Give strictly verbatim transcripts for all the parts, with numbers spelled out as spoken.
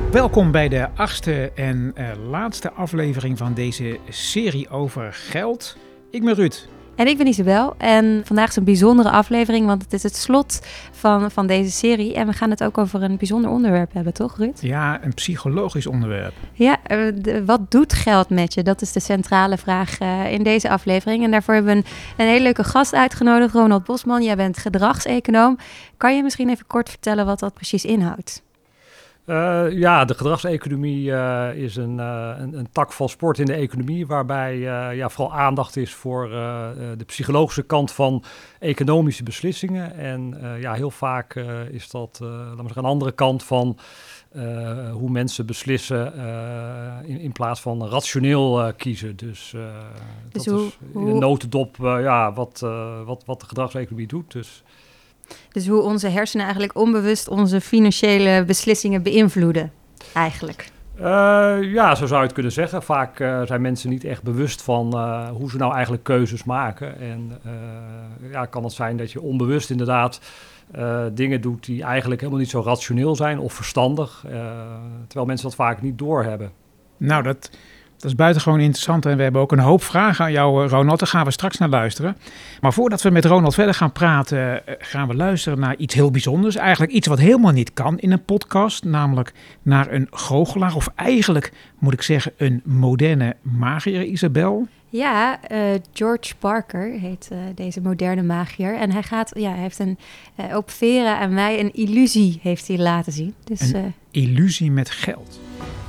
Welkom bij de achtste en uh, laatste aflevering van deze serie over geld. Ik ben Ruud. En ik ben Isabel en vandaag is een bijzondere aflevering, want het is het slot van, van deze serie. En we gaan het ook over een bijzonder onderwerp hebben, toch Ruud? Ja, een psychologisch onderwerp. Ja, de, wat doet geld met je? Dat is de centrale vraag uh, in deze aflevering. En daarvoor hebben we een, een hele leuke gast uitgenodigd, Ronald Bosman. Jij bent gedragseconoom. Kan je misschien even kort vertellen wat dat precies inhoudt? Uh, ja, de gedragseconomie uh, is een, uh, een, een tak van sport in de economie, waarbij uh, ja, vooral aandacht is voor uh, de psychologische kant van economische beslissingen. En uh, ja, heel vaak uh, is dat uh, laten we zeggen, een andere kant van uh, hoe mensen beslissen uh, in, in plaats van rationeel uh, kiezen. Dus, uh, dus dat hoe, is in een notendop uh, ja, wat, uh, wat, wat de gedragseconomie doet. Dus. Dus hoe onze hersenen eigenlijk onbewust onze financiële beslissingen beïnvloeden, eigenlijk. Uh, ja, zo zou je het kunnen zeggen. Vaak uh, zijn mensen niet echt bewust van uh, hoe ze nou eigenlijk keuzes maken. En uh, ja, kan het zijn dat je onbewust inderdaad uh, dingen doet die eigenlijk helemaal niet zo rationeel zijn of verstandig. Uh, terwijl mensen dat vaak niet doorhebben. Nou, dat... Dat is buitengewoon interessant en we hebben ook een hoop vragen aan jou, Ronald. Daar gaan we straks naar luisteren. Maar voordat we met Ronald verder gaan praten, gaan we luisteren naar iets heel bijzonders. Eigenlijk iets wat helemaal niet kan in een podcast, namelijk naar een goochelaar. Of eigenlijk, moet ik zeggen, een moderne magier, Isabel. Ja, uh, George Parker heet uh, deze moderne magier. En hij, gaat, ja, hij heeft een, uh, op Vera en mij een illusie heeft hij laten zien. Dus, een uh, illusie met geld.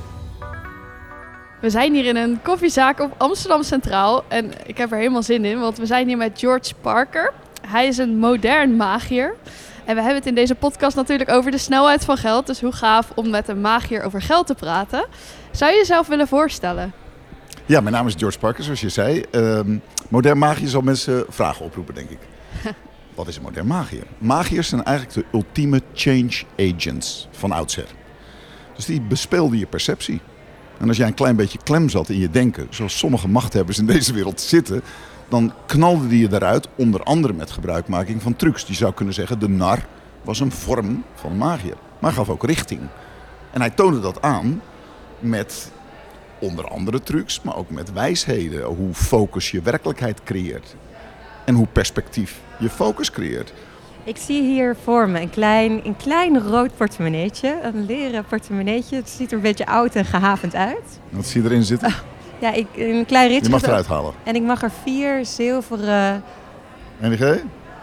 We zijn hier in een koffiezaak op Amsterdam Centraal en ik heb er helemaal zin in, want we zijn hier met George Parker. Hij is een modern magier en we hebben het in deze podcast natuurlijk over de snelheid van geld. Dus hoe gaaf om met een magier over geld te praten. Zou je jezelf willen voorstellen? Ja, mijn naam is George Parker, zoals je zei. Uh, modern magier zal mensen vragen oproepen, denk ik. Wat is een modern magier? Magiërs zijn eigenlijk de ultieme change agents van oudsher. Dus die bespeelden je perceptie. En als jij een klein beetje klem zat in je denken, zoals sommige machthebbers in deze wereld zitten, dan knalde die je eruit, onder andere met gebruikmaking van trucs. Die zou kunnen zeggen, de nar was een vorm van magier. Maar hij gaf ook richting. En hij toonde dat aan met onder andere trucs, maar ook met wijsheden. Hoe focus je werkelijkheid creëert. En hoe perspectief je focus creëert. Ik zie hier voor me een klein, een klein rood portemonneetje, een leren portemonneetje. Het ziet er een beetje oud en gehavend uit. Wat zie je erin zitten? Oh, ja, ik, een klein ritje. Je mag eruit halen. En ik mag er vier zilveren N G?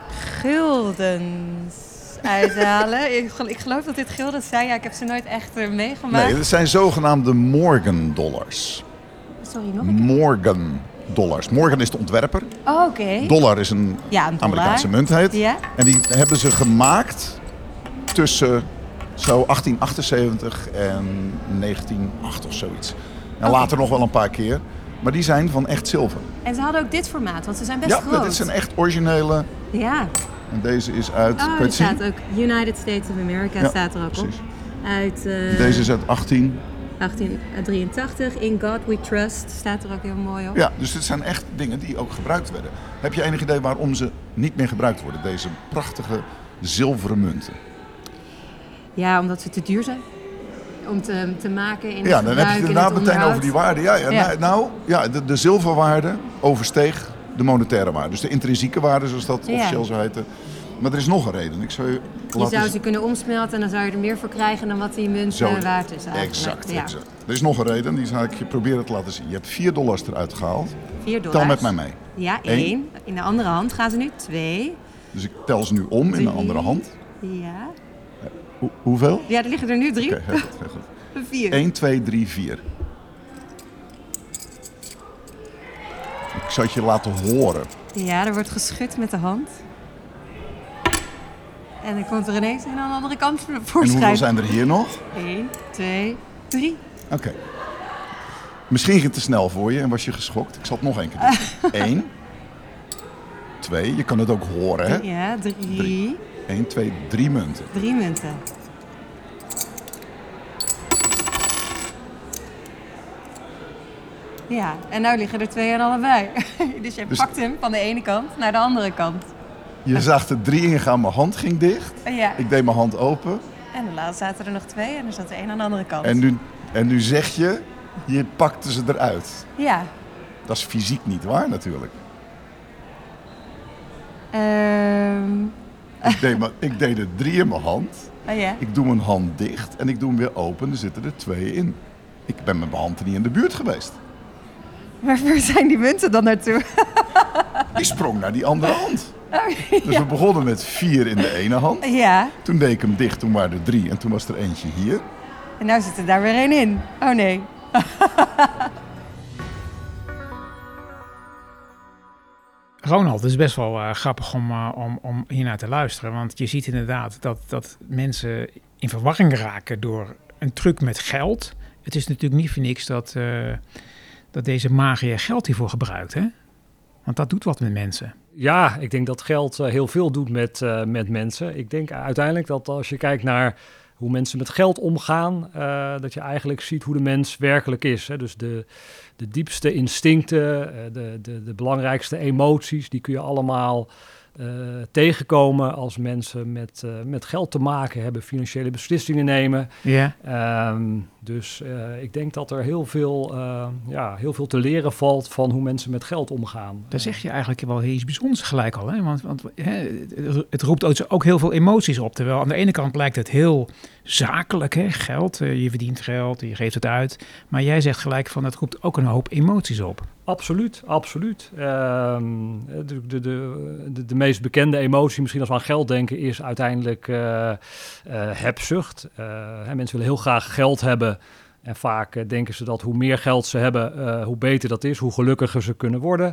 guldens uithalen. ik, ik geloof dat dit guldens zijn. Ja, ik heb ze nooit echt uh, meegemaakt. Nee, dit zijn zogenaamde Morgan dollars. Sorry, nog een keer? Morgan dollars. Morgan is de ontwerper. Oh, oké. Okay. Dollar is een, ja, een Amerikaanse muntheid. Ja. En die hebben ze gemaakt tussen zo achttien achtenzeventig en negentien nul acht of zoiets. En okay. Later nog wel een paar keer. Maar die zijn van echt zilver. En ze hadden ook dit formaat, want ze zijn best ja, groot. Ja, dit zijn echt originele. Ja. En deze is uit, oh, er staat ook United States of America ja, staat er ook precies. Op. Uit, uh, deze is uit achttien achttien drieëntachtig. In God We Trust staat er ook heel mooi op. Ja, dus dit zijn echt dingen die ook gebruikt werden. Heb je enig idee waarom ze niet meer gebruikt worden, deze prachtige zilveren munten? Ja, omdat ze te duur zijn. Om te, te maken in Ja, dan heb je het inderdaad meteen over die waarde. Ja, ja, ja. Nou, ja, de, de zilverwaarde oversteeg de monetaire waarde. Dus de intrinsieke waarde, zoals dat ja. officieel zou heten. Maar er is nog een reden. Ik zou je je zou ze kunnen omsmelten en dan zou je er meer voor krijgen dan wat die munt Zo, waard is eigenlijk. Exact, ja. exact. Er is nog een reden, die zal ik je proberen te laten zien. Je hebt vier dollars eruit gehaald. Vier dollars? Tel met mij mee. Ja, één. Eén. In de andere hand gaan ze nu twee. Dus ik tel ze nu om drie. In de andere hand. Ja. Ho- hoeveel? Ja, er liggen er nu drie. Oké, okay, heel goed, heel goed. Vier. één, twee, drie, vier. Ik zou het je laten horen. Ja, er wordt geschud met de hand. En dan komt er ineens aan de andere kant voor. En hoeveel zijn er hier nog? één, twee, drie. Oké. Okay. Misschien ging het te snel voor je en was je geschokt. Ik zal het nog één keer doen. één. twee. Je kan het ook horen, hè? Ja, drie. één, twee, drie munten. Drie munten. Ja, en nou liggen er twee aan allebei. Dus je dus pakt hem van de ene kant naar de andere kant. Je zag er drie ingaan, mijn hand ging dicht. Ja. Ik deed mijn hand open. En laatst zaten er nog twee en er zat er één aan de andere kant. En nu, en nu zeg je, je pakte ze eruit. Ja. Dat is fysiek niet waar natuurlijk. Um... Ik, deed maar, ik deed er drie in mijn hand. Oh ja? Ik doe mijn hand dicht en ik doe hem weer open. Er zitten er twee in. Ik ben met mijn hand er niet in de buurt geweest. Waarvoor zijn die munten dan naartoe? Die sprong naar die andere hand. Oh, dus ja. we begonnen met vier in de ene hand. Ja. Toen deed ik hem dicht, toen waren er drie. En toen was er eentje hier. En nou zit er daar weer één in. Oh nee. Ronald, het is best wel uh, grappig om, uh, om, om hiernaar te luisteren. Want je ziet inderdaad dat, dat mensen in verwarring raken door een truc met geld. Het is natuurlijk niet voor niks dat, uh, dat deze magiër geld hiervoor gebruikt, hè? Want dat doet wat met mensen. Ja, ik denk dat geld uh, heel veel doet met, uh, met mensen. Ik denk uiteindelijk dat als je kijkt naar hoe mensen met geld omgaan, uh, dat je eigenlijk ziet hoe de mens werkelijk is. Hè? Dus de, de diepste instincten, uh, de, de, de belangrijkste emoties, die kun je allemaal uh, tegenkomen als mensen met, uh, met geld te maken hebben, financiële beslissingen nemen. Ja. Um, dus uh, ik denk dat er heel veel, uh, ja, heel veel te leren valt van hoe mensen met geld omgaan. Daar zeg je eigenlijk wel iets bijzonders gelijk al. Hè? Want, want hè, het roept ook heel veel emoties op. Terwijl aan de ene kant lijkt het heel zakelijk, hè? Geld. Je verdient geld, je geeft het uit. Maar jij zegt gelijk van het roept ook een hoop emoties op. Absoluut, absoluut. Um, de, de, de, de meest bekende emotie, misschien als we aan geld denken, is uiteindelijk uh, uh, hebzucht. Uh, hè, mensen willen heel graag geld hebben. En vaak uh, denken ze dat hoe meer geld ze hebben, uh, hoe beter dat is, hoe gelukkiger ze kunnen worden.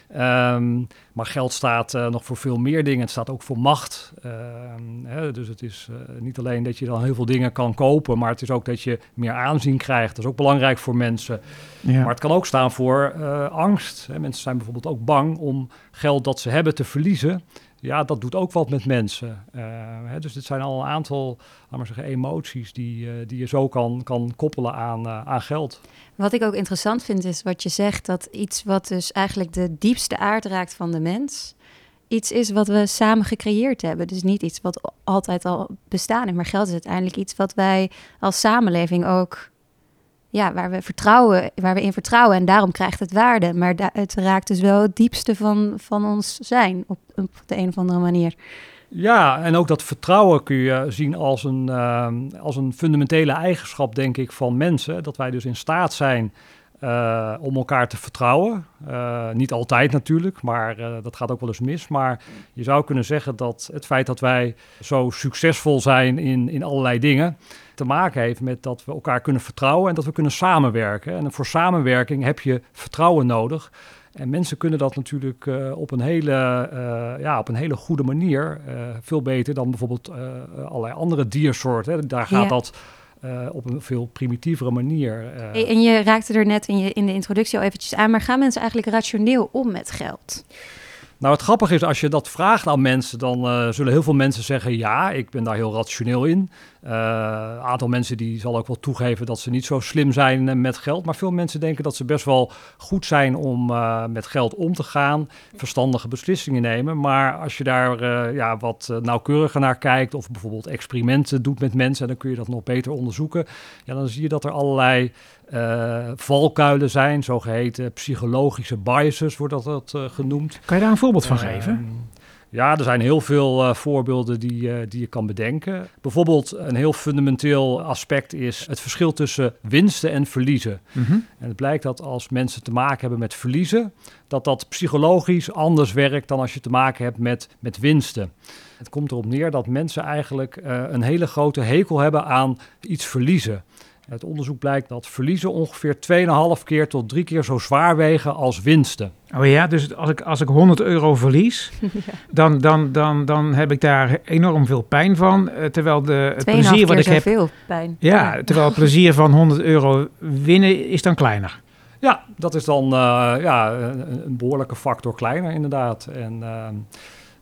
Um, maar geld staat uh, nog voor veel meer dingen. Het staat ook voor macht. Uh, hè, dus het is uh, niet alleen dat je dan heel veel dingen kan kopen, maar het is ook dat je meer aanzien krijgt. Dat is ook belangrijk voor mensen. Ja. Maar het kan ook staan voor uh, angst. Hè. Mensen zijn bijvoorbeeld ook bang om geld dat ze hebben te verliezen. Ja, dat doet ook wat met mensen. Uh, hè, dus dit zijn al een aantal, laat maar zeggen, emoties die, uh, die je zo kan, kan koppelen aan, uh, aan geld. Wat ik ook interessant vind is wat je zegt, dat iets wat dus eigenlijk de diepste aard raakt van de mens, iets is wat we samen gecreëerd hebben. Dus niet iets wat altijd al bestaan heeft, maar geld is uiteindelijk iets wat wij als samenleving ook, ja, waar we vertrouwen, waar we in vertrouwen en daarom krijgt het waarde. Maar da- het raakt dus wel het diepste van, van ons zijn op, op de een of andere manier. Ja, en ook dat vertrouwen kun je zien als een, uh, als een fundamentele eigenschap, denk ik, van mensen. Dat wij dus in staat zijn uh, om elkaar te vertrouwen. Uh, niet altijd natuurlijk, maar uh, dat gaat ook wel eens mis. Maar je zou kunnen zeggen dat het feit dat wij zo succesvol zijn in, in allerlei dingen te maken heeft met dat we elkaar kunnen vertrouwen en dat we kunnen samenwerken. En voor samenwerking heb je vertrouwen nodig. En mensen kunnen dat natuurlijk uh, op, een hele, uh, ja, op een hele goede manier, uh, veel beter dan bijvoorbeeld uh, allerlei andere diersoorten. Hè. Daar gaat ja. dat uh, op een veel primitievere manier. Uh. En je raakte er net in, je, in de introductie al eventjes aan, maar gaan mensen eigenlijk rationeel om met geld? Nou, het grappige is, als je dat vraagt aan mensen, dan uh, zullen heel veel mensen zeggen, ja, ik ben daar heel rationeel in. Een uh, aantal mensen die zal ook wel toegeven dat ze niet zo slim zijn uh, met geld. Maar veel mensen denken dat ze best wel goed zijn om uh, met geld om te gaan, verstandige beslissingen nemen. Maar als je daar uh, ja, wat uh, nauwkeuriger naar kijkt of bijvoorbeeld experimenten doet met mensen, dan kun je dat nog beter onderzoeken. Ja, dan zie je dat er allerlei uh, valkuilen zijn, zogeheten psychologische biases wordt dat uh, genoemd. Kan je daar een voorbeeld van uh, geven? Ja, er zijn heel veel uh, voorbeelden die, uh, die je kan bedenken. Bijvoorbeeld een heel fundamenteel aspect is het verschil tussen winsten en verliezen. Mm-hmm. En het blijkt dat als mensen te maken hebben met verliezen, dat dat psychologisch anders werkt dan als je te maken hebt met, met winsten. Het komt erop neer dat mensen eigenlijk uh, een hele grote hekel hebben aan iets verliezen. Het onderzoek blijkt dat verliezen ongeveer twee komma vijf keer tot drie keer zo zwaar wegen als winsten. Oh ja, dus als ik, als ik honderd euro verlies, ja. dan, dan, dan, dan heb ik daar enorm veel pijn van. Uh, terwijl de, het plezier wat ik heb... veel pijn. Ja, ja, terwijl het plezier van honderd euro winnen is dan kleiner. Ja, dat is dan uh, ja, een, een behoorlijke factor kleiner inderdaad. En... Uh,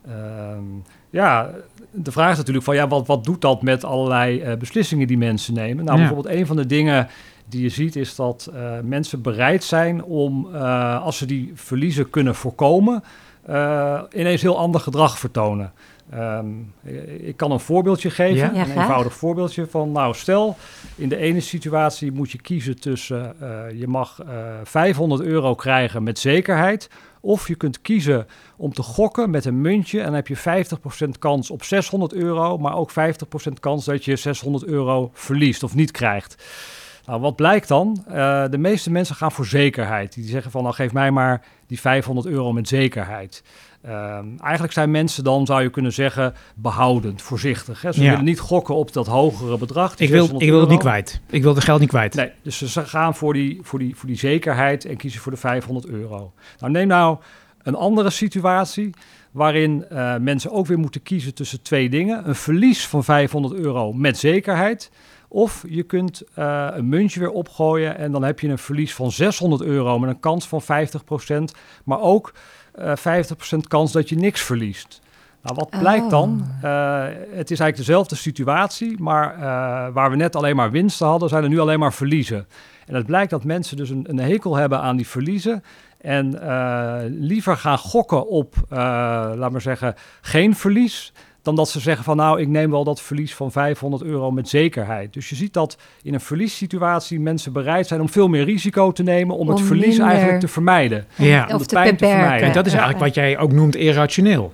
Um, ja, de vraag is natuurlijk van ja, wat, wat doet dat met allerlei uh, beslissingen die mensen nemen? Nou, ja. bijvoorbeeld een van de dingen die je ziet is dat uh, mensen bereid zijn om, uh, als ze die verliezen kunnen voorkomen, uh, ineens heel ander gedrag vertonen. Um, ik kan een voorbeeldje geven, ja? Ja, een eenvoudig voorbeeldje van, nou stel, in de ene situatie moet je kiezen tussen, uh, je mag uh, vijfhonderd euro krijgen met zekerheid, of je kunt kiezen om te gokken met een muntje en dan heb je vijftig procent kans op zeshonderd euro, maar ook vijftig procent kans dat je zeshonderd euro verliest of niet krijgt. Nou, wat blijkt dan? Uh, de meeste mensen gaan voor zekerheid. Die zeggen van, nou geef mij maar die vijfhonderd euro met zekerheid. Uh, eigenlijk zijn mensen dan, zou je kunnen zeggen, behoudend, voorzichtig. Hè? Ze ja. willen niet gokken op dat hogere bedrag. Ik wil, ik wil het niet kwijt. Ik wil het geld niet kwijt. Nee, dus ze gaan voor die, voor, die, voor die zekerheid en kiezen voor de vijfhonderd euro. Nou, neem nou een andere situatie waarin uh, mensen ook weer moeten kiezen tussen twee dingen. Een verlies van vijfhonderd euro met zekerheid. Of je kunt uh, een muntje weer opgooien en dan heb je een verlies van zeshonderd euro met een kans van vijftig procent. Maar ook uh, vijftig procent kans dat je niks verliest. Nou, wat blijkt dan? Uh, het is eigenlijk dezelfde situatie, maar uh, waar we net alleen maar winsten hadden, zijn er nu alleen maar verliezen. En het blijkt dat mensen dus een, een hekel hebben aan die verliezen en uh, liever gaan gokken op, uh, laat maar zeggen, geen verlies, dan dat ze zeggen van nou, ik neem wel dat verlies van vijfhonderd euro met zekerheid. Dus je ziet dat in een verliessituatie mensen bereid zijn om veel meer risico te nemen om, om het verlies minder eigenlijk te vermijden. Ja. Om of de te pijn beperken. te vermijden. En dat is eigenlijk wat jij ook noemt irrationeel.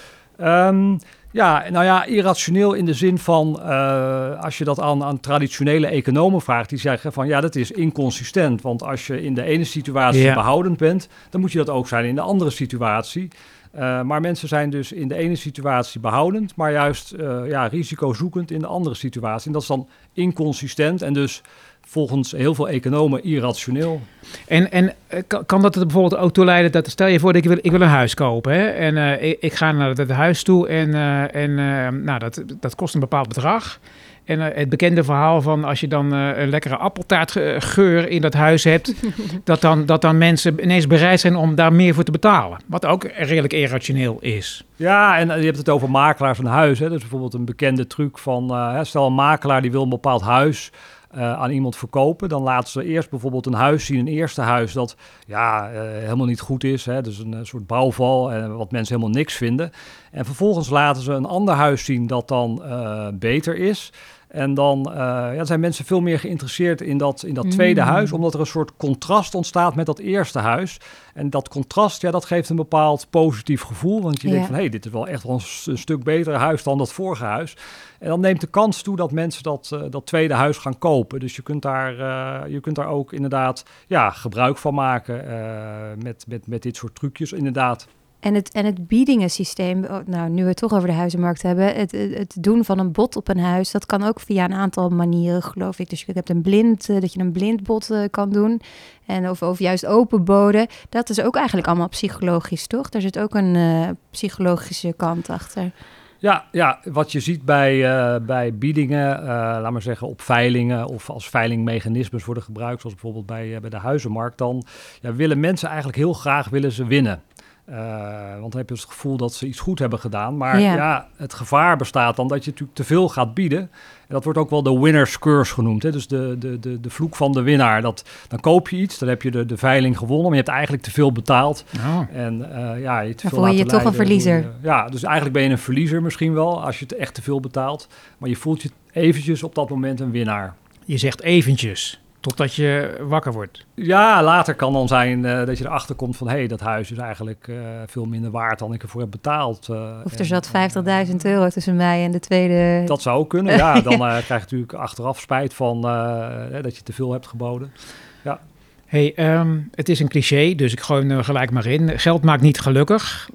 Um, ja, nou ja, irrationeel in de zin van, uh, als je dat aan, aan traditionele economen vraagt, die zeggen van ja, dat is inconsistent. Want als je in de ene situatie ja. behoudend bent, dan moet je dat ook zijn in de andere situatie. Uh, maar mensen zijn dus in de ene situatie behoudend, maar juist uh, ja, risicozoekend in de andere situatie. En dat is dan inconsistent en dus volgens heel veel economen irrationeel. En, en kan dat er bijvoorbeeld ook toe leiden dat, stel je voor dat ik wil, ik wil een huis kopen. Hè? En uh, ik, ik ga naar het huis toe en, uh, en uh, nou, dat, dat kost een bepaald bedrag. En uh, het bekende verhaal van als je dan uh, een lekkere appeltaartgeur in dat huis hebt, dat, dan, dat dan mensen ineens bereid zijn om daar meer voor te betalen. Wat ook redelijk irrationeel is. Ja, en je hebt het over makelaars van huis. Hè? Dus bijvoorbeeld een bekende truc van, uh, stel een makelaar die wil een bepaald huis Uh, aan iemand verkopen, dan laten ze eerst bijvoorbeeld een huis zien, een eerste huis dat ja, uh, helemaal niet goed is, hè? Dus een, een soort bouwval, uh, wat mensen helemaal niks vinden. En vervolgens laten ze een ander huis zien dat dan uh, beter is. En dan uh, ja, zijn mensen veel meer geïnteresseerd in dat, in dat tweede mm. huis, omdat er een soort contrast ontstaat met dat eerste huis. En dat contrast, ja, dat geeft een bepaald positief gevoel, want je ja. denkt van, hé, hey, dit is wel echt wel een, een stuk beter huis dan dat vorige huis. En dan neemt de kans toe dat mensen dat, uh, dat tweede huis gaan kopen. Dus je kunt daar, uh, je kunt daar ook inderdaad ja, gebruik van maken uh, met, met, met dit soort trucjes, inderdaad. En het, en het biedingensysteem, nou, nu we het toch over de huizenmarkt hebben, het, het doen van een bod op een huis, dat kan ook via een aantal manieren, geloof ik. Dus je hebt een blind, dat je een blind bod uh, kan doen. En of, of juist open boden. Dat is ook eigenlijk allemaal psychologisch, toch? Daar zit ook een uh, psychologische kant achter. Ja, ja, wat je ziet bij, uh, bij biedingen, uh, laat maar zeggen op veilingen of als veilingmechanismes worden gebruikt, zoals bijvoorbeeld bij, uh, bij de huizenmarkt, dan ja, willen mensen eigenlijk heel graag willen ze winnen. Uh, want dan heb je het gevoel dat ze iets goed hebben gedaan. Maar ja. ja, het gevaar bestaat dan dat je natuurlijk te veel gaat bieden. En dat wordt ook wel de winner's curse genoemd. Hè? Dus de, de, de, de vloek van de winnaar. Dat, dan koop je iets, dan heb je de, de veiling gewonnen, maar je hebt eigenlijk te veel betaald. Oh. En uh, ja, je te dan veel voel je je toch een verliezer. Je, ja, dus eigenlijk ben je een verliezer misschien wel, als je het echt te veel betaalt. Maar je voelt je eventjes op dat moment een winnaar. Je zegt eventjes. Totdat je wakker wordt. Ja, later kan dan zijn uh, dat je erachter komt van, hé, hey, dat huis is eigenlijk uh, veel minder waard dan ik ervoor heb betaald. Uh, of er en, zat vijftigduizend euro tussen mij en de tweede. Dat zou ook kunnen, ja. Dan uh, krijg je natuurlijk achteraf spijt van uh, dat je te veel hebt geboden. Ja. Hey, um, het is een cliché, dus ik gooi hem er gelijk maar in. Geld maakt niet gelukkig.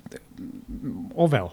Of wel?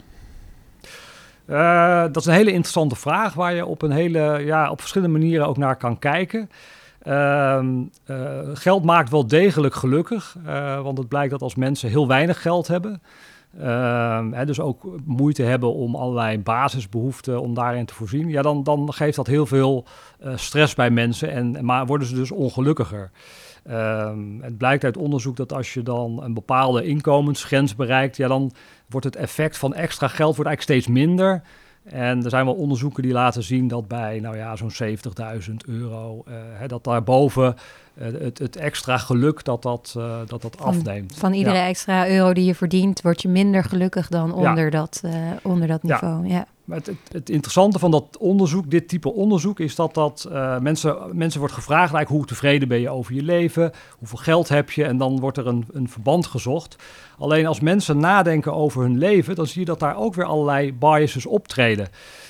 Uh, dat is een hele interessante vraag waar je op een hele, ja, op verschillende manieren ook naar kan kijken. Uh, uh, geld maakt wel degelijk gelukkig, uh, want het blijkt dat als mensen heel weinig geld hebben, uh, hè, dus ook moeite hebben om allerlei basisbehoeften om daarin te voorzien, ja, dan, dan geeft dat heel veel uh, stress bij mensen en maar worden ze dus ongelukkiger. Um, het blijkt uit onderzoek dat als je dan een bepaalde inkomensgrens bereikt, ja, dan wordt het effect van extra geld wordt eigenlijk steeds minder. En er zijn wel onderzoeken die laten zien dat bij nou ja, zo'n zeventigduizend euro, uh, hè, dat daarboven uh, het, het extra geluk dat dat, uh, dat, dat van, afneemt. Van iedere ja. extra euro die je verdient, word je minder gelukkig dan onder, ja. dat, uh, onder dat niveau. Ja. Ja. Maar het, het, het interessante van dat onderzoek, dit type onderzoek, is dat, dat uh, mensen, mensen wordt gevraagd eigenlijk hoe tevreden ben je over je leven, hoeveel geld heb je, en dan wordt er een, een verband gezocht. Alleen als mensen nadenken over hun leven, dan zie je dat daar ook weer allerlei biases optreden.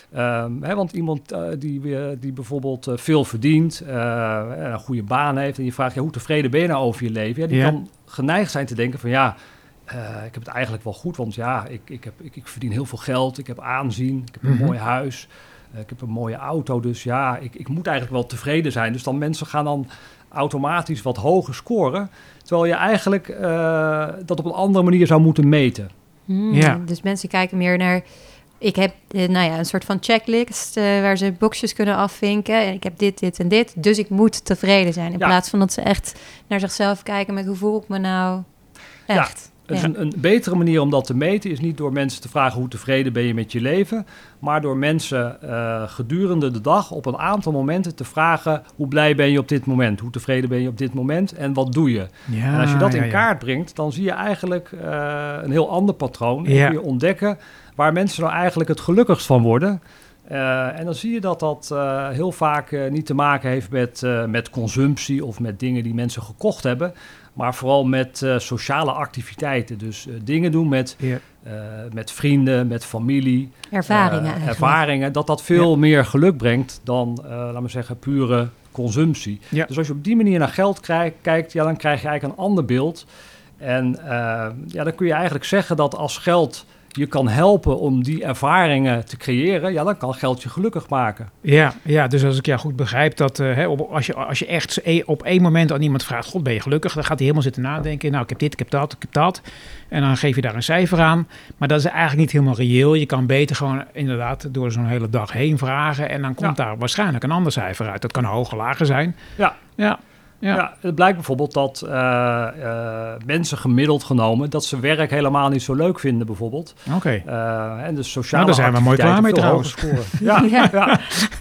Um, hè, want iemand uh, die, uh, die bijvoorbeeld uh, veel verdient, uh, een goede baan heeft, en je vraagt ja, hoe tevreden ben je nou over je leven? Ja, die ja. kan geneigd zijn te denken van ja, Uh, ik heb het eigenlijk wel goed, want ja, ik, ik, heb, ik, ik verdien heel veel geld, ik heb aanzien, ik heb een mm-hmm. mooi huis, uh, ik heb een mooie auto, dus ja, ik, ik moet eigenlijk wel tevreden zijn. Dus dan mensen gaan dan automatisch wat hoger scoren, terwijl je eigenlijk uh, dat op een andere manier zou moeten meten. Hmm, ja. Dus mensen kijken meer naar, ik heb uh, nou ja, een soort van checklist uh, waar ze boxjes kunnen afvinken. En ik heb dit, dit en dit, dus ik moet tevreden zijn. In ja. plaats van dat ze echt naar zichzelf kijken met hoe voel ik me nou echt. Ja. Dus ja. een, een betere manier om dat te meten is niet door mensen te vragen hoe tevreden ben je met je leven, maar door mensen uh, gedurende de dag op een aantal momenten te vragen hoe blij ben je op dit moment, hoe tevreden ben je op dit moment en wat doe je. Ja, en als je dat in ja, ja. kaart brengt, dan zie je eigenlijk uh, een heel ander patroon. En ja. kun je ontdekken waar mensen nou eigenlijk het gelukkigst van worden. Uh, en dan zie je dat dat uh, heel vaak uh, niet te maken heeft met, uh, met consumptie of met dingen die mensen gekocht hebben, maar vooral met uh, sociale activiteiten. Dus uh, dingen doen met, ja. uh, met vrienden, met familie. Ervaringen uh, Ervaringen, dat dat veel ja. meer geluk brengt dan, uh, laten we zeggen, pure consumptie. Ja. Dus als je op die manier naar geld krijg, kijkt, ja, dan krijg je eigenlijk een ander beeld. En uh, ja, dan kun je eigenlijk zeggen dat als geld je kan helpen om die ervaringen te creëren, ja, dan kan geld je gelukkig maken. Ja, ja, dus als ik jou goed begrijp, dat uh, hè, op, als, je, als je echt op één moment aan iemand vraagt, god, ben je gelukkig? Dan gaat hij helemaal zitten nadenken, nou, ik heb dit, ik heb dat, ik heb dat. En dan geef je daar een cijfer aan. Maar dat is eigenlijk niet helemaal reëel. Je kan beter gewoon inderdaad door zo'n hele dag heen vragen en dan komt ja. daar waarschijnlijk een ander cijfer uit. Dat kan hoger, lager zijn. Ja, ja. Ja. ja, het blijkt bijvoorbeeld dat uh, uh, mensen gemiddeld genomen dat ze werk helemaal niet zo leuk vinden, bijvoorbeeld. Oké. Okay. Uh, en de sociale nou, daar zijn we mooi klaar mee trouwens. ja, ja. ja.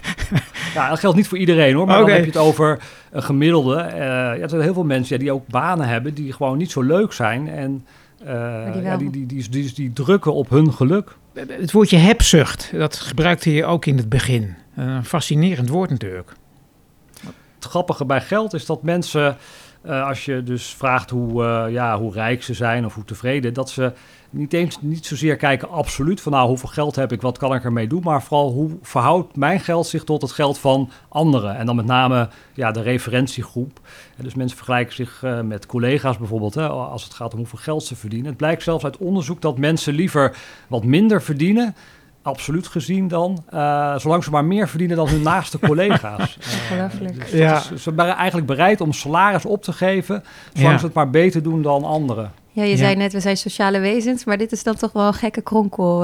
ja, dat geldt niet voor iedereen hoor, maar okay. dan heb je het over een gemiddelde. Uh, ja, er zijn heel veel mensen ja, die ook banen hebben die gewoon niet zo leuk zijn en uh, die, ja, die, die, die, die, die drukken op hun geluk. Het woordje hebzucht, dat gebruikte je ook in het begin. Een fascinerend woord natuurlijk. Het grappige bij geld is dat mensen, uh, als je dus vraagt hoe, uh, ja, hoe rijk ze zijn of hoe tevreden, dat ze niet eens niet zozeer kijken absoluut van nou hoeveel geld heb ik, wat kan ik ermee doen, maar vooral hoe verhoudt mijn geld zich tot het geld van anderen. En dan met name ja, de referentiegroep. En dus mensen vergelijken zich uh, met collega's bijvoorbeeld, hè, als het gaat om hoeveel geld ze verdienen. Het blijkt zelfs uit onderzoek dat mensen liever wat minder verdienen, absoluut gezien dan, uh, zolang ze maar meer verdienen dan hun naaste collega's. Uh, dus ja. is, ze zijn eigenlijk bereid om salaris op te geven, zolang ja. ze het maar beter doen dan anderen. Ja, je ja. zei net, we zijn sociale wezens, maar dit is dan toch wel een gekke kronkel. Uh...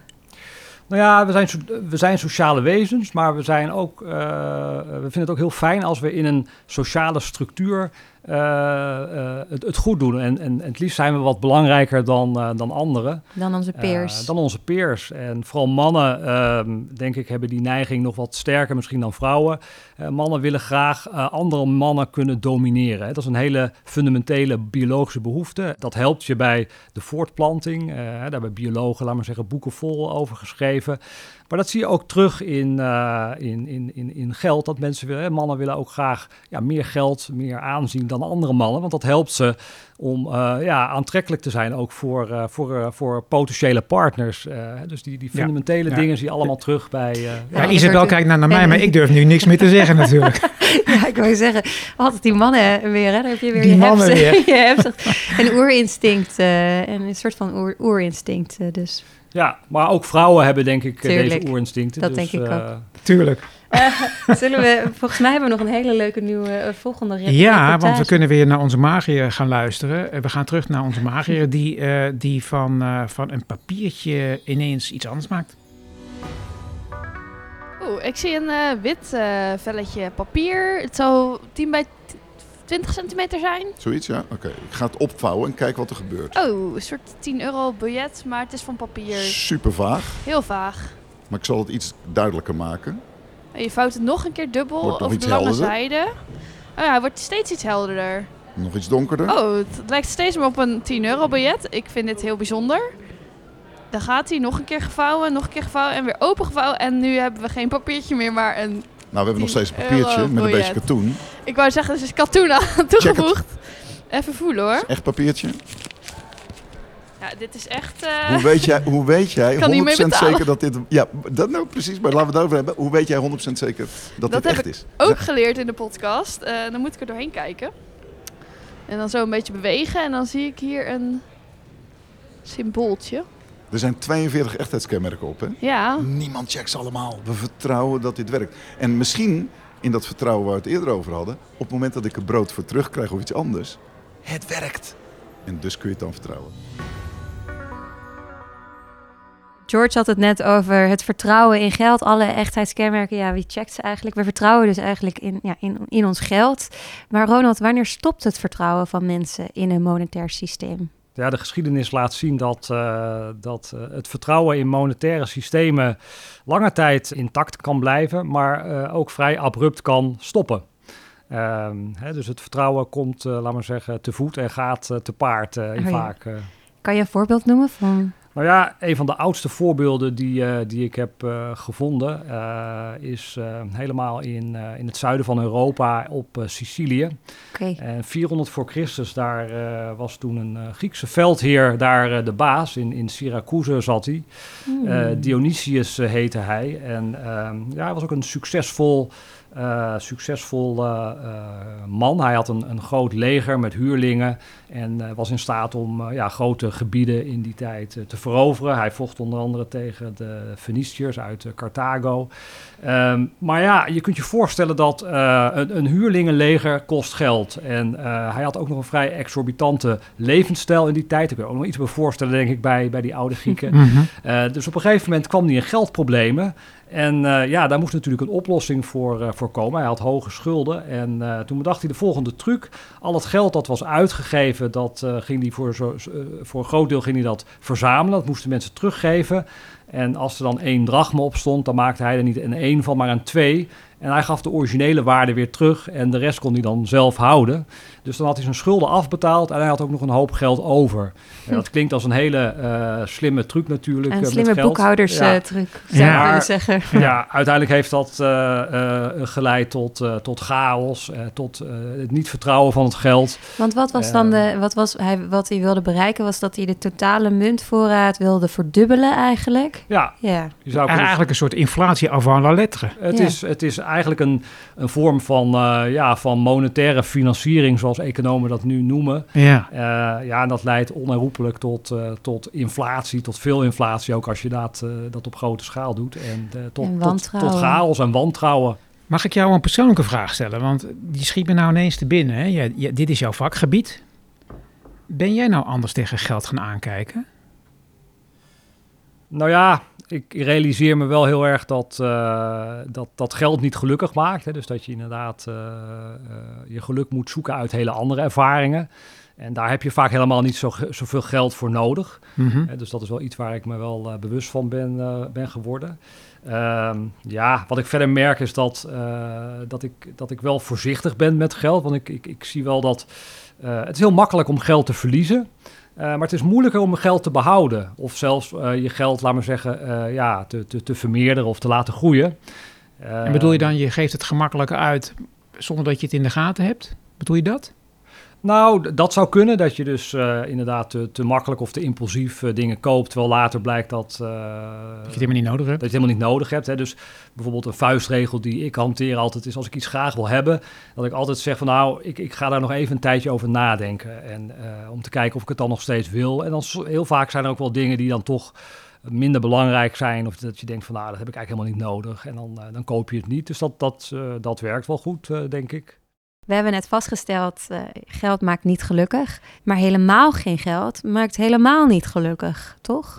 Nou ja, we zijn, we zijn sociale wezens, maar we zijn ook, uh, we vinden het ook heel fijn als we in een sociale structuur Uh, uh, het, het goed doen. En, en, en het liefst zijn we wat belangrijker dan, uh, dan anderen. Dan onze peers. Uh, dan onze peers. En vooral mannen, uh, denk ik, hebben die neiging nog wat sterker misschien dan vrouwen. Uh, mannen willen graag uh, andere mannen kunnen domineren. Hè. Dat is een hele fundamentele biologische behoefte. Dat helpt je bij de voortplanting. Uh, daar hebben biologen, laat maar zeggen, boeken vol over geschreven. Maar dat zie je ook terug in, uh, in, in, in, in geld. Dat mensen willen, hè, mannen willen ook graag ja, meer geld, meer aanzien dan andere mannen. Want dat helpt ze om uh, ja, aantrekkelijk te zijn ook voor, uh, voor, uh, voor potentiële partners. Uh, dus die, die fundamentele ja, dingen ja. zie je allemaal terug bij... Uh, ja, ja, Isabel kijkt naar, naar mij, maar ik durf nu niks meer te zeggen natuurlijk. Ja, ik wou zeggen, altijd die mannen weer, hè? Dan heb je weer die je mannen hebzucht, weer. je hebzucht. Een oerinstinct, uh, en een soort van oer, oerinstinct uh, dus. Ja, maar ook vrouwen hebben denk ik Tuurlijk, deze oerinstincten. Dat dus, denk ik uh, ook. Tuurlijk. Uh, zullen we, volgens mij hebben we nog een hele leuke nieuwe uh, volgende reportage. Ja, want we kunnen weer naar onze magier gaan luisteren. We gaan terug naar onze magier die, uh, die van, uh, van een papiertje ineens iets anders maakt. Oeh, ik zie een uh, wit uh, velletje papier. Het zou tien bij twintig centimeter zijn. Zoiets, ja? Oké. Okay. Ik ga het opvouwen en kijk wat er gebeurt. Oh, een soort tien euro biljet, maar het is van papier. Super vaag. Heel vaag. Maar ik zal het iets duidelijker maken. En je vouwt het nog een keer dubbel Wordt nog over iets de lange helderder. zijde. Oh ja, hij wordt steeds iets helderder. Nog iets donkerder. Oh, het lijkt steeds meer op een tien euro biljet. Ik vind dit heel bijzonder. Dan gaat hij nog een keer gevouwen, nog een keer gevouwen en weer opengevouwen. En nu hebben we geen papiertje meer, maar een... Nou, we hebben nog steeds een tien papiertje euro met een beetje biljet. katoen. Ik wou zeggen, er is katoen aan toegevoegd. Even voelen hoor. Echt papiertje. Ja, dit is echt... Uh... Hoe weet jij, hoe weet jij Kan niet mee honderd procent betalen. zeker dat dit... Ja, dat nou precies, maar laten we het over hebben. Hoe weet jij honderd procent zeker dat, Dat dit heb echt is? Ook geleerd in de podcast. Uh, dan moet ik er doorheen kijken. En dan zo een beetje bewegen. En dan zie ik hier een symbooltje. Er zijn tweeënveertig echtheidskenmerken op, hè? Ja. Niemand checkt ze allemaal. We vertrouwen dat dit werkt. En misschien, in dat vertrouwen waar we het eerder over hadden... op het moment dat ik er brood voor terugkrijg of iets anders... het werkt. En dus kun je het dan vertrouwen. George had het net over het vertrouwen in geld. Alle echtheidskenmerken, ja, wie checkt ze eigenlijk? We vertrouwen dus eigenlijk in, ja, in, in ons geld. Maar Ronald, wanneer stopt het vertrouwen van mensen in een monetair systeem? Ja, de geschiedenis laat zien dat, uh, dat uh, het vertrouwen in monetaire systemen lange tijd intact kan blijven, maar uh, ook vrij abrupt kan stoppen. Uh, hè, dus het vertrouwen komt, uh, laat maar zeggen, te voet en gaat uh, te paard uh, in oh, ja. vaak. Uh, kan je een voorbeeld noemen van... Nou ja, een van de oudste voorbeelden die, uh, die ik heb uh, gevonden uh, is uh, helemaal in, uh, in het zuiden van Europa op uh, Sicilië. Okay. En vierhonderd voor Christus, daar uh, was toen een uh, Griekse veldheer daar uh, de baas. In, in Syracuse zat hij. Hmm. Uh, Dionysius uh, heette hij. En uh, ja, hij was ook een succesvol... Uh, succesvol uh, uh, man. Hij had een, een groot leger met huurlingen en uh, was in staat om uh, ja, grote gebieden in die tijd uh, te veroveren. Hij vocht onder andere tegen de Feniciërs uit uh, Carthago. Um, maar ja, je kunt je voorstellen dat uh, een, een huurlingenleger kost geld. En uh, hij had ook nog een vrij exorbitante levensstijl in die tijd. Ik kan er ook nog iets bij voorstellen, denk ik, bij, bij die oude Grieken. Mm-hmm. Uh, dus op een gegeven moment kwam hij in geldproblemen. En uh, ja, daar moest natuurlijk een oplossing voor, uh, voor komen. Hij had hoge schulden en uh, toen bedacht hij de volgende truc. Al het geld dat was uitgegeven, dat uh, ging hij voor, zo, uh, voor een groot deel ging hij dat verzamelen. Dat moesten mensen teruggeven. En als er dan één drachme op stond, dan maakte hij er niet een één van, maar een twee. En hij gaf de originele waarde weer terug en de rest kon hij dan zelf houden. Dus dan had hij zijn schulden afbetaald en hij had ook nog een hoop geld over. Hm. Ja, dat klinkt als een hele uh, slimme truc natuurlijk. Een uh, slimme boekhouders ja. uh, truc, zou ja. ik willen zeggen. Ja, uiteindelijk heeft dat uh, uh, geleid tot, uh, tot chaos, uh, tot uh, het niet vertrouwen van het geld. Want wat was dan de, wat was hij, wat hij wilde bereiken? Was dat hij de totale muntvoorraad wilde verdubbelen eigenlijk? Ja. ja. Je zou eigenlijk een soort inflatie avant la lettre. Het, ja. is, het is eigenlijk een, een vorm van, uh, ja, van monetaire financiering, zoals economen dat nu noemen. Ja, uh, ja en dat leidt onherroepelijk tot, uh, tot inflatie, tot veel inflatie, ook als je dat, uh, dat op grote schaal doet. En, uh, tot, en tot, tot chaos en wantrouwen. Mag ik jou een persoonlijke vraag stellen? Want die schiet me nou ineens te binnen. Hè? Ja, ja, dit is jouw vakgebied. Ben jij nou anders tegen geld gaan aankijken? Nou ja, ik realiseer me wel heel erg dat, uh, dat, dat geld niet gelukkig maakt. Hè? Dus dat je inderdaad uh, uh, je geluk moet zoeken uit hele andere ervaringen. En daar heb je vaak helemaal niet zo, zoveel geld voor nodig. Mm-hmm. Uh, dus dat is wel iets waar ik me wel uh, bewust van ben, uh, ben geworden. Uh, ja, wat ik verder merk is dat, uh, dat, ik, dat ik wel voorzichtig ben met geld. Want ik, ik, ik zie wel dat uh, het is heel makkelijk om geld te verliezen. Uh, maar het is moeilijker om geld te behouden. Of zelfs uh, je geld, laat maar zeggen, uh, ja, te, te, te vermeerderen of te laten groeien. Uh, en bedoel je dan, je geeft het gemakkelijker uit zonder dat je het in de gaten hebt? Bedoel je dat? Nou, dat zou kunnen, dat je dus uh, inderdaad te, te makkelijk of te impulsief uh, dingen koopt, terwijl later blijkt dat, uh, dat je het helemaal niet nodig hebt. Dat je het helemaal niet nodig hebt. Hè. Dus bijvoorbeeld een vuistregel die ik hanteer altijd is, als ik iets graag wil hebben, dat ik altijd zeg van nou, ik, ik ga daar nog even een tijdje over nadenken. En uh, om te kijken of ik het dan nog steeds wil. En dan heel vaak zijn er ook wel dingen die dan toch minder belangrijk zijn, of dat je denkt van nou, dat heb ik eigenlijk helemaal niet nodig. En dan, uh, dan koop je het niet. Dus dat, dat, uh, dat werkt wel goed, uh, denk ik. We hebben net vastgesteld, uh, geld maakt niet gelukkig. Maar helemaal geen geld maakt helemaal niet gelukkig, toch?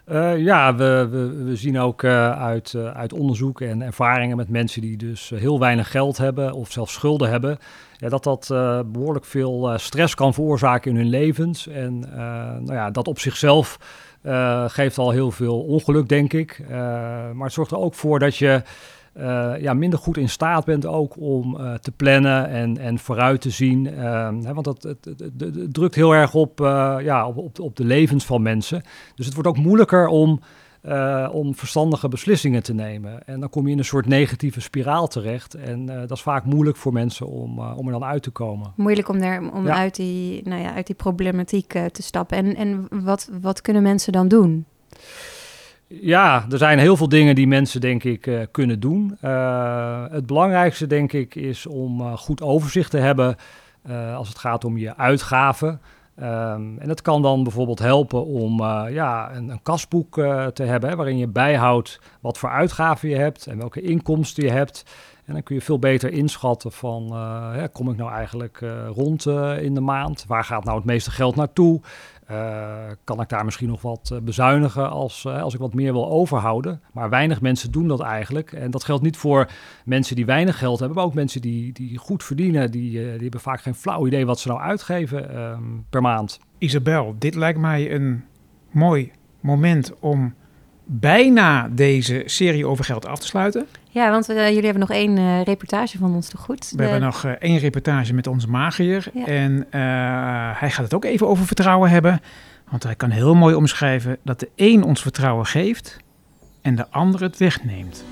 Uh, ja, we, we, we zien ook uh, uit, uh, uit onderzoek en ervaringen met mensen die dus uh, heel weinig geld hebben of zelfs schulden hebben, ja, dat dat uh, behoorlijk veel uh, stress kan veroorzaken in hun levens. En uh, nou ja, dat op zichzelf uh, geeft al heel veel ongeluk, denk ik. Uh, maar het zorgt er ook voor dat je uh, ja, minder goed in staat bent ook om uh, te plannen en, en vooruit te zien. Uh, hè, want dat, het, het, het, het drukt heel erg op, uh, ja, op, op, op de levens van mensen. Dus het wordt ook moeilijker om, uh, om verstandige beslissingen te nemen. En dan kom je in een soort negatieve spiraal terecht. En uh, dat is vaak moeilijk voor mensen om, uh, om er dan uit te komen. Moeilijk om, er, om ja. uit, die, nou ja, uit die problematiek uh, te stappen. En, en wat, wat kunnen mensen dan doen? Ja, er zijn heel veel dingen die mensen, denk ik, uh, kunnen doen. Uh, het belangrijkste, denk ik, is om uh, goed overzicht te hebben uh, als het gaat om je uitgaven. Um, en dat kan dan bijvoorbeeld helpen om uh, ja, een, een kasboek uh, te hebben, hè, waarin je bijhoudt wat voor uitgaven je hebt en welke inkomsten je hebt. En dan kun je veel beter inschatten van, uh, ja, kom ik nou eigenlijk uh, rond uh, in de maand? Waar gaat nou het meeste geld naartoe? Uh, kan ik daar misschien nog wat uh, bezuinigen als, uh, als ik wat meer wil overhouden? Maar weinig mensen doen dat eigenlijk. En dat geldt niet voor mensen die weinig geld hebben, maar ook mensen die, die goed verdienen. Die, uh, die hebben vaak geen flauw idee wat ze nou uitgeven um, per maand. Isabel, dit lijkt mij een mooi moment om bijna deze serie over geld af te sluiten. Ja, want uh, jullie hebben nog één uh, reportage van ons te goed. We De... hebben nog uh, één reportage met onze magier. Ja. En uh, hij gaat het ook even over vertrouwen hebben. Want hij kan heel mooi omschrijven dat de een ons vertrouwen geeft en de ander het wegneemt.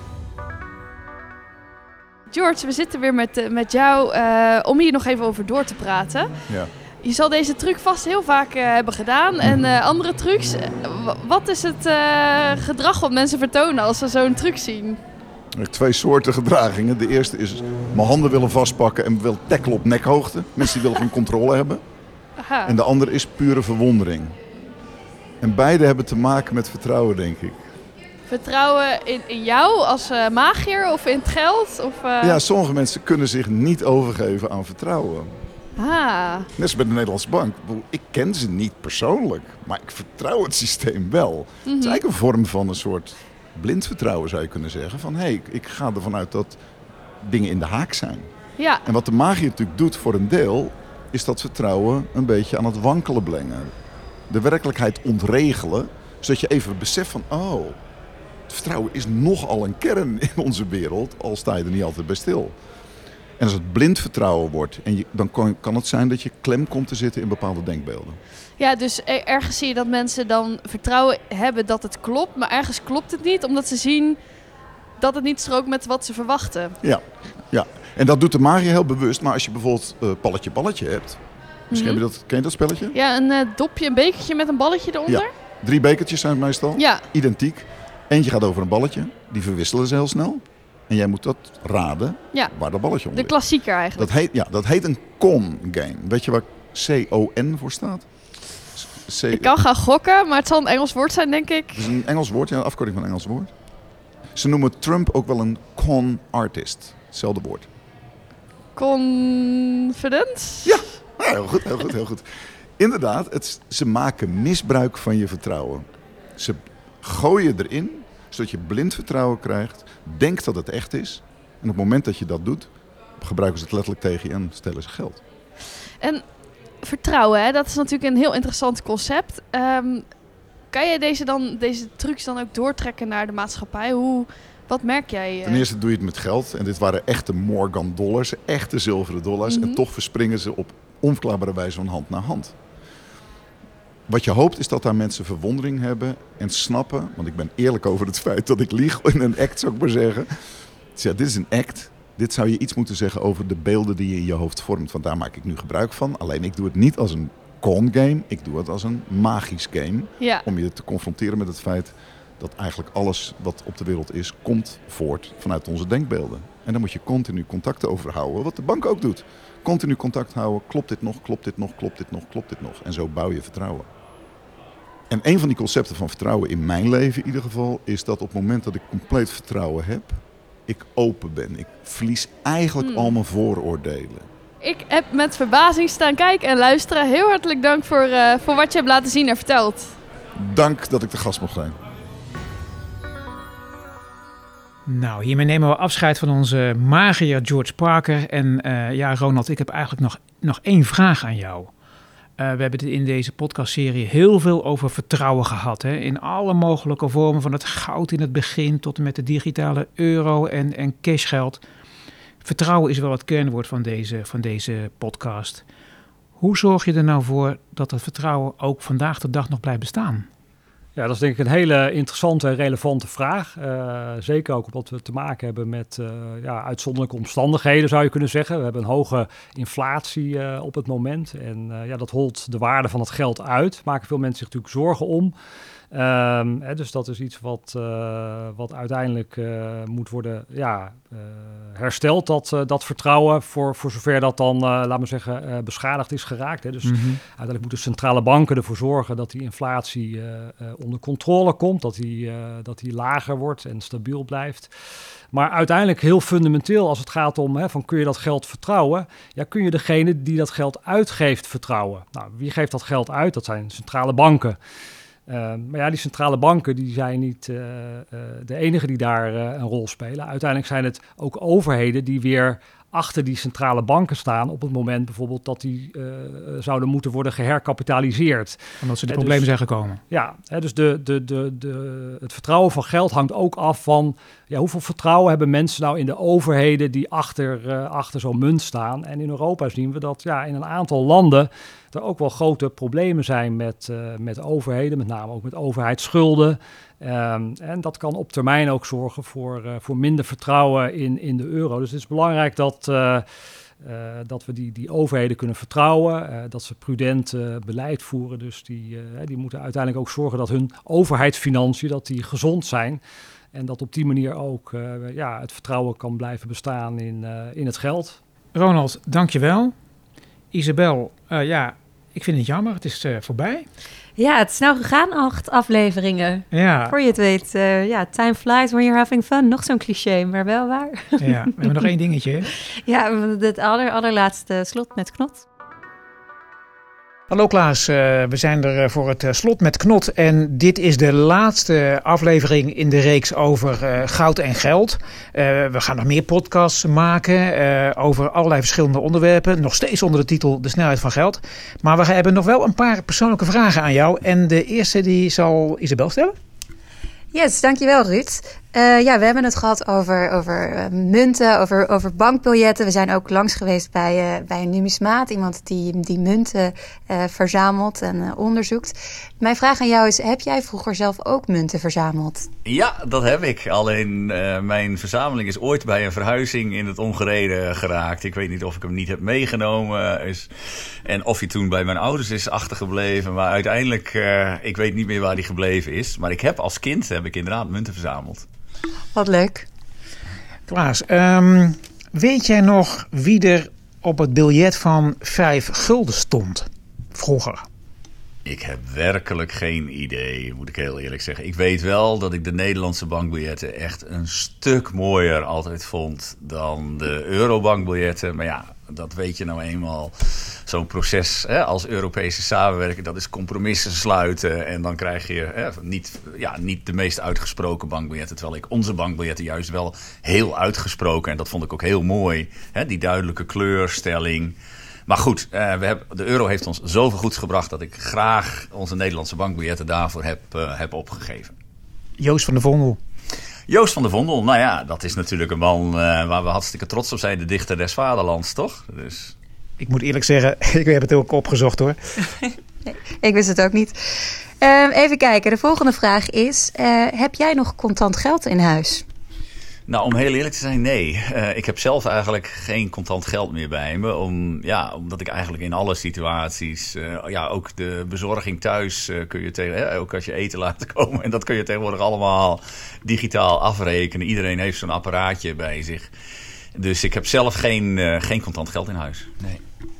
George, we zitten weer met, uh, met jou uh, om hier nog even over door te praten. Ja. Je zal deze truc vast heel vaak uh, hebben gedaan en uh, andere trucs. Wat is het uh, gedrag wat mensen vertonen als ze zo'n truc zien? Er zijn twee soorten gedragingen. De eerste is mijn handen willen vastpakken en wil tackelen op nekhoogte. Mensen die willen geen controle hebben. Aha. En de andere is pure verwondering. En beide hebben te maken met vertrouwen, denk ik. Vertrouwen in, in jou als uh, magier of in het geld? Of, uh... Ja, sommige mensen kunnen zich niet overgeven aan vertrouwen. Ah. Net als bij de Nederlandse Bank. Ik ken ze niet persoonlijk, maar ik vertrouw het systeem wel. Mm-hmm. Het is eigenlijk een vorm van een soort blind vertrouwen, zou je kunnen zeggen. Van hé, hey, ik ga ervan uit dat dingen in de haak zijn. Ja. En wat de magier natuurlijk doet voor een deel, is dat vertrouwen een beetje aan het wankelen brengen. De werkelijkheid ontregelen, zodat je even beseft van, oh, het vertrouwen is nogal een kern in onze wereld, al sta je er niet altijd bij stil. En als het blind vertrouwen wordt, en je, dan kan, kan het zijn dat je klem komt te zitten in bepaalde denkbeelden. Ja, dus ergens zie je dat mensen dan vertrouwen hebben dat het klopt, maar ergens klopt het niet, omdat ze zien dat het niet strookt met wat ze verwachten. Ja, ja. En dat doet de magier heel bewust. Maar als je bijvoorbeeld uh, palletje balletje hebt, misschien mm-hmm. heb je dat, ken je dat spelletje? Ja, een uh, dopje, een bekertje met een balletje eronder. Ja. Drie bekertjes zijn het meestal, ja. Identiek. Eentje gaat over een balletje, die verwisselen ze heel snel. En jij moet dat raden, ja. waar dat balletje onder De klassieker eigenlijk. Dat heet, ja, dat heet een con game. Weet je waar C O N voor staat? C- Ik kan gaan gokken, maar het zal een Engels woord zijn, denk ik. Het is een Engels woord, ja, een afkorting van een Engels woord. Ze noemen Trump ook wel een con artist. Hetzelfde woord. Confidence? Ja, heel goed, heel goed, heel goed. Inderdaad, het, ze maken misbruik van je vertrouwen. Ze gooien erin, zodat je blind vertrouwen krijgt, denkt dat het echt is. En op het moment dat je dat doet, gebruiken ze het letterlijk tegen je en stelen ze geld. En vertrouwen, hè, dat is natuurlijk een heel interessant concept. Um, kan jij deze, dan, deze trucs dan ook doortrekken naar de maatschappij? Hoe, wat merk jij? Uh... Ten eerste doe je het met geld. En dit waren echte Morgan dollars, echte zilveren dollars. Mm-hmm. En toch verspringen ze op onverklaarbare wijze van hand naar hand. Wat je hoopt is dat daar mensen verwondering hebben en snappen. Want ik ben eerlijk over het feit dat ik lieg in een act, zou ik maar zeggen. Dus ja, dit is een act. Dit zou je iets moeten zeggen over de beelden die je in je hoofd vormt. Want daar maak ik nu gebruik van. Alleen ik doe het niet als een con game. Ik doe het als een magisch game. Ja. Om je te confronteren met het feit dat eigenlijk alles wat op de wereld is, komt voort vanuit onze denkbeelden. En daar moet je continu contact over houden. Wat de bank ook doet. Continu contact houden. Klopt dit nog? Klopt dit nog? Klopt dit nog? Klopt dit nog? En zo bouw je vertrouwen. En een van die concepten van vertrouwen in mijn leven in ieder geval, is dat op het moment dat ik compleet vertrouwen heb, ik open ben. Ik verlies eigenlijk hmm. al mijn vooroordelen. Ik heb met verbazing staan kijken en luisteren. Heel hartelijk dank voor, uh, voor wat je hebt laten zien en verteld. Dank dat ik de gast mocht zijn. Nou, hiermee nemen we afscheid van onze magier George Parker. En uh, ja, Ronald, ik heb eigenlijk nog, nog één vraag aan jou. Uh, we hebben het in deze podcastserie heel veel over vertrouwen gehad. Hè? In alle mogelijke vormen, van het goud in het begin tot en met de digitale euro en, en cashgeld. Vertrouwen is wel het kernwoord van deze, van deze podcast. Hoe zorg je er nou voor dat dat vertrouwen ook vandaag de dag nog blijft bestaan? Ja, dat is denk ik een hele interessante en relevante vraag. Uh, zeker ook omdat we te maken hebben met uh, ja, uitzonderlijke omstandigheden, zou je kunnen zeggen. We hebben een hoge inflatie uh, op het moment. En uh, ja, dat holt de waarde van het geld uit. Daar maken veel mensen zich natuurlijk zorgen om. Um, hè, dus dat is iets wat, uh, wat uiteindelijk uh, moet worden ja, uh, hersteld, dat, uh, dat vertrouwen, voor, voor zover dat dan, uh, laten we zeggen, uh, beschadigd is geraakt. Hè. Dus mm-hmm. uiteindelijk moeten centrale banken ervoor zorgen dat die inflatie uh, uh, onder controle komt, dat die, uh, dat die lager wordt en stabiel blijft. Maar uiteindelijk heel fundamenteel als het gaat om, hè, van kun je dat geld vertrouwen? Ja, kun je degene die dat geld uitgeeft vertrouwen? Nou, wie geeft dat geld uit? Dat zijn centrale banken. Uh, maar ja, die centrale banken die zijn niet uh, uh, de enige die daar uh, een rol spelen. Uiteindelijk zijn het ook overheden die weer achter die centrale banken staan op het moment bijvoorbeeld dat die uh, zouden moeten worden geherkapitaliseerd. Omdat ze de en problemen dus, zijn gekomen. Ja, hè, dus de, de, de, de, het vertrouwen van geld hangt ook af van ja, hoeveel vertrouwen hebben mensen nou in de overheden die achter, uh, achter zo'n munt staan. En in Europa zien we dat ja, in een aantal landen er ook wel grote problemen zijn met, uh, met overheden, met name ook met overheidsschulden. Um, en dat kan op termijn ook zorgen voor, uh, voor minder vertrouwen in, in de euro. Dus het is belangrijk dat, uh, uh, dat we die, die overheden kunnen vertrouwen, uh, dat ze prudent uh, beleid voeren. Dus die, uh, die moeten uiteindelijk ook zorgen dat hun overheidsfinanciën dat die gezond zijn. En dat op die manier ook uh, ja, het vertrouwen kan blijven bestaan in, uh, in het geld. Ronald, dankjewel. Isabel, uh, ja, ik vind het jammer. Het is uh, voorbij. Ja, het is snel gegaan, acht afleveringen. Ja. Voor je het weet, uh, ja, time flies when you're having fun. Nog zo'n cliché, maar wel waar. Ja, we hebben nog één dingetje. Ja, het aller, allerlaatste slot met knot. Hallo Klaas, uh, we zijn er voor het uh, slot met knot en dit is de laatste aflevering in de reeks over uh, goud en geld. Uh, we gaan nog meer podcasts maken uh, over allerlei verschillende onderwerpen, nog steeds onder de titel De snelheid van geld. Maar we hebben nog wel een paar persoonlijke vragen aan jou en de eerste die zal Isabel stellen. Yes, dankjewel Ruud. Uh, ja, we hebben het gehad over, over uh, munten, over, over bankbiljetten. We zijn ook langs geweest bij, uh, bij een numismaat. Iemand die, die munten uh, verzamelt en uh, onderzoekt. Mijn vraag aan jou is, heb jij vroeger zelf ook munten verzameld? Ja, dat heb ik. Alleen uh, mijn verzameling is ooit bij een verhuizing in het ongereden geraakt. Ik weet niet of ik hem niet heb meegenomen. Is, en of hij toen bij mijn ouders is achtergebleven. Maar uiteindelijk, uh, ik weet niet meer waar hij gebleven is. Maar ik heb als kind heb ik inderdaad munten verzameld. Wat leuk. Klaas, um, weet jij nog wie er op het biljet van vijf gulden stond vroeger? Ik heb werkelijk geen idee, moet ik heel eerlijk zeggen. Ik weet wel dat ik de Nederlandse bankbiljetten echt een stuk mooier altijd vond dan de eurobankbiljetten. Maar ja, dat weet je nou eenmaal. Zo'n proces hè, als Europese samenwerking, dat is compromissen sluiten. En dan krijg je hè, niet, ja, niet de meest uitgesproken bankbiljetten. Terwijl ik onze bankbiljetten juist wel heel uitgesproken. En dat vond ik ook heel mooi. Hè, die duidelijke kleurstelling. Maar goed, uh, we hebben, de euro heeft ons zoveel goeds gebracht dat ik graag onze Nederlandse bankbiljetten daarvoor heb, uh, heb opgegeven. Joost van der Vondel. Joost van der Vondel, nou ja, dat is natuurlijk een man uh, waar we hartstikke trots op zijn. De dichter des vaderlands, toch? Dus... Ik moet eerlijk zeggen, ik heb het ook opgezocht hoor. Nee, ik wist het ook niet. Uh, even kijken, de volgende vraag is, uh, heb jij nog contant geld in huis? Nou, om heel eerlijk te zijn, nee. Uh, ik heb zelf eigenlijk geen contant geld meer bij me. Om, ja, omdat ik eigenlijk in alle situaties... Uh, ja, ook de bezorging thuis uh, kun je tegen... Hè, ook als je eten laat komen. En dat kun je tegenwoordig allemaal digitaal afrekenen. Iedereen heeft zo'n apparaatje bij zich. Dus ik heb zelf geen, uh, geen contant geld in huis. Nee.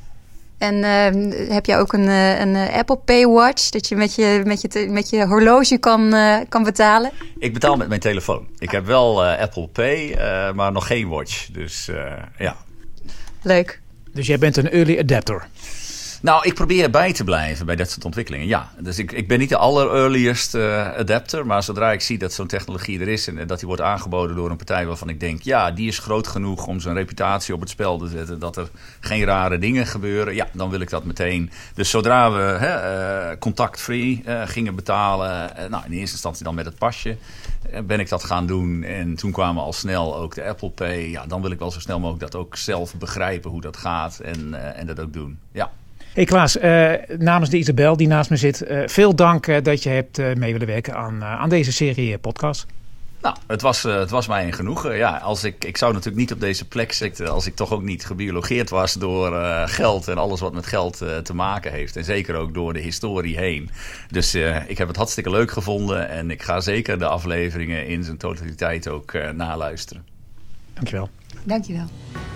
En uh, heb je ook een, uh, een Apple Pay Watch, dat je met je, met je, te, met je horloge kan, uh, kan betalen? Ik betaal met mijn telefoon. Ik heb wel uh, Apple Pay, uh, maar nog geen watch. Dus uh, ja. Leuk. Dus jij bent een early adapter? Nou, ik probeer bij te blijven bij dat soort ontwikkelingen, ja. Dus ik, ik ben niet de aller-earliest uh, adapter, maar zodra ik zie dat zo'n technologie er is en dat die wordt aangeboden door een partij waarvan ik denk, ja, die is groot genoeg om zijn reputatie op het spel te zetten, dat er geen rare dingen gebeuren, ja, dan wil ik dat meteen. Dus zodra we hè, uh, contact-free uh, gingen betalen, uh, nou, in eerste instantie dan met het pasje, uh, ben ik dat gaan doen. En toen kwamen al snel ook de Apple Pay. Ja, dan wil ik wel zo snel mogelijk dat ook zelf begrijpen hoe dat gaat en, uh, en dat ook doen, ja. Hey Klaas, uh, namens de Isabel die naast me zit, uh, veel dank uh, dat je hebt uh, mee willen werken aan, uh, aan deze serie uh, podcast. Nou, het was, uh, het was mij een genoegen. Ja, als ik, ik zou natuurlijk niet op deze plek zitten als ik toch ook niet gebiologeerd was door uh, geld en alles wat met geld uh, te maken heeft. En zeker ook door de historie heen. Dus uh, ik heb het hartstikke leuk gevonden en ik ga zeker de afleveringen in zijn totaliteit ook uh, naluisteren. Dankjewel. Dankjewel.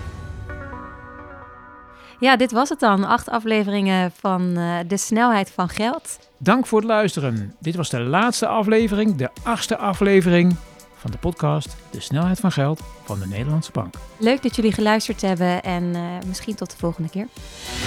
Ja, dit was het dan. Acht afleveringen van uh, De Snelheid van Geld. Dank voor het luisteren. Dit was de laatste aflevering, de achtste aflevering van de podcast De Snelheid van Geld van de Nederlandse Bank. Leuk dat jullie geluisterd hebben en uh, misschien tot de volgende keer.